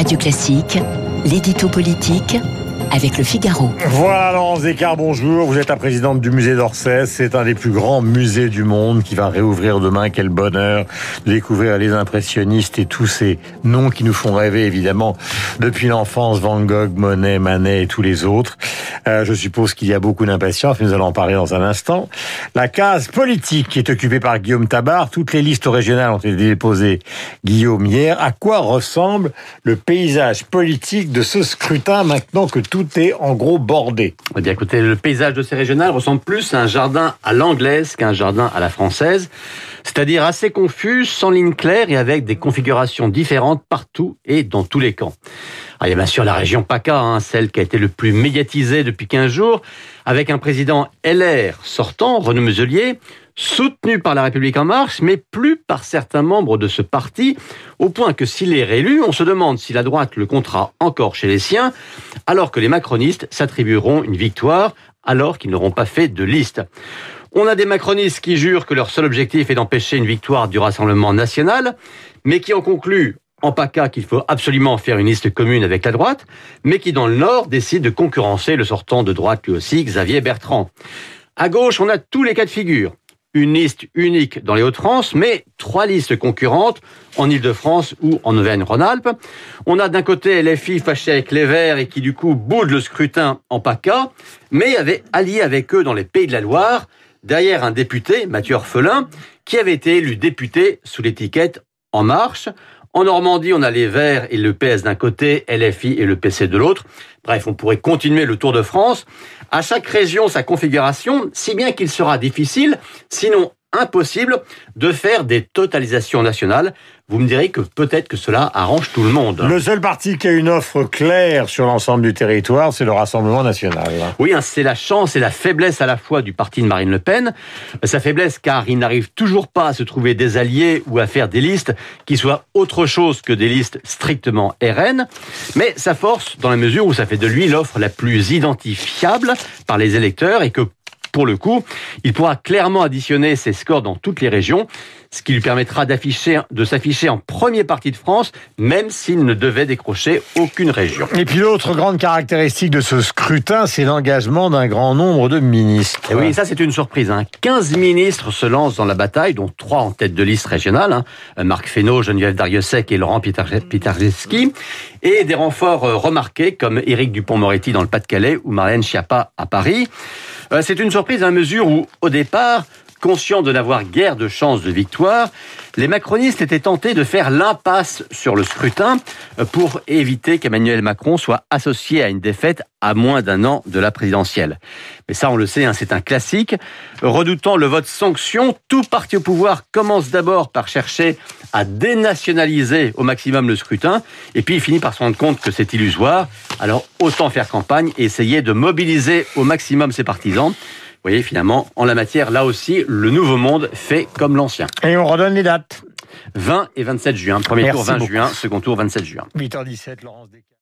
Radio Classique, l'édito politique avec Le Figaro. Voilà, Laurence Descartes, bonjour. Vous êtes la présidente du musée d'Orsay. C'est un des plus grands musées du monde qui va réouvrir demain. Quel bonheur de découvrir les impressionnistes et tous ces noms qui nous font rêver, évidemment, depuis l'enfance. Van Gogh, Monet, Manet et tous les autres. Je suppose qu'il y a beaucoup d'impatience, mais nous allons en parler dans un instant. La case politique qui est occupée par Guillaume Tabar. Toutes les listes régionales ont été déposées, Guillaume, hier. À quoi ressemble le paysage politique de ce scrutin maintenant que tout est en gros bordé? Eh bien, écoutez, le paysage de ces régionales ressemble plus à un jardin à l'anglaise qu'à un jardin à la française. C'est-à-dire assez confus, sans ligne claire et avec des configurations différentes partout et dans tous les camps. Alors, il y a bien sûr la région PACA, celle qui a été le plus médiatisée depuis 15 jours, avec un président LR sortant, Renaud Muselier, soutenu par La République En Marche, mais plus par certains membres de ce parti, au point que s'il est réélu, on se demande si la droite le comptera encore chez les siens, alors que les macronistes s'attribueront une victoire, alors qu'ils n'auront pas fait de liste. On a des macronistes qui jurent que leur seul objectif est d'empêcher une victoire du Rassemblement national, mais qui en concluent en PACA qu'il faut absolument faire une liste commune avec la droite, mais qui dans le Nord décident de concurrencer le sortant de droite lui aussi, Xavier Bertrand. À gauche, on a tous les cas de figure. Une liste unique dans les Hauts-de-France, mais 3 listes concurrentes en Île-de-France ou en Auvergne-Rhône-Alpes. On a d'un côté LFI fâché avec les Verts et qui du coup boude le scrutin en PACA, mais avait allié avec eux dans les Pays de la Loire, derrière un député, Mathieu Orphelin, qui avait été élu député sous l'étiquette En Marche. En Normandie, on a les Verts et le PS d'un côté, LFI et le PC de l'autre. Bref, on pourrait continuer le Tour de France. À chaque région, sa configuration, si bien qu'il sera difficile, sinon impossible, de faire des totalisations nationales. Vous me direz que peut-être que cela arrange tout le monde. Le seul parti qui a une offre claire sur l'ensemble du territoire, c'est le Rassemblement national. Oui, c'est la chance et la faiblesse à la fois du parti de Marine Le Pen. Sa faiblesse car il n'arrive toujours pas à se trouver des alliés ou à faire des listes qui soient autre chose que des listes strictement RN. Mais sa force dans la mesure où ça fait de lui l'offre la plus identifiable par les électeurs et que pour le coup, il pourra clairement additionner ses scores dans toutes les régions, ce qui lui permettra de s'afficher en premier parti de France, même s'il ne devait décrocher aucune région. Et puis l'autre grande caractéristique de ce scrutin, c'est l'engagement d'un grand nombre de ministres. Et oui, ça c'est une surprise. 15 ministres se lancent dans la bataille, dont 3 en tête de liste régionale, Marc Fesneau, Geneviève Darrieussecq et Laurent Pietraszewski, et des renforts remarqués comme Éric Dupond-Moretti dans le Pas-de-Calais ou Marlène Schiappa à Paris. C'est une surprise à mesure où, au départ, conscients de n'avoir guère de chance de victoire, les macronistes étaient tentés de faire l'impasse sur le scrutin pour éviter qu'Emmanuel Macron soit associé à une défaite à moins d'1 an de la présidentielle. Mais ça, on le sait, c'est un classique. Redoutant le vote sanction, tout parti au pouvoir commence d'abord par chercher à dénationaliser au maximum le scrutin, et puis il finit par se rendre compte que c'est illusoire. Alors autant faire campagne et essayer de mobiliser au maximum ses partisans. Vous voyez, finalement, en la matière, là aussi, le nouveau monde fait comme l'ancien. Et on redonne les dates. 20 et 27 juin. Premier tour 20 beaucoup. juin, second tour 27 juin. 8h17, Laurence Descartes.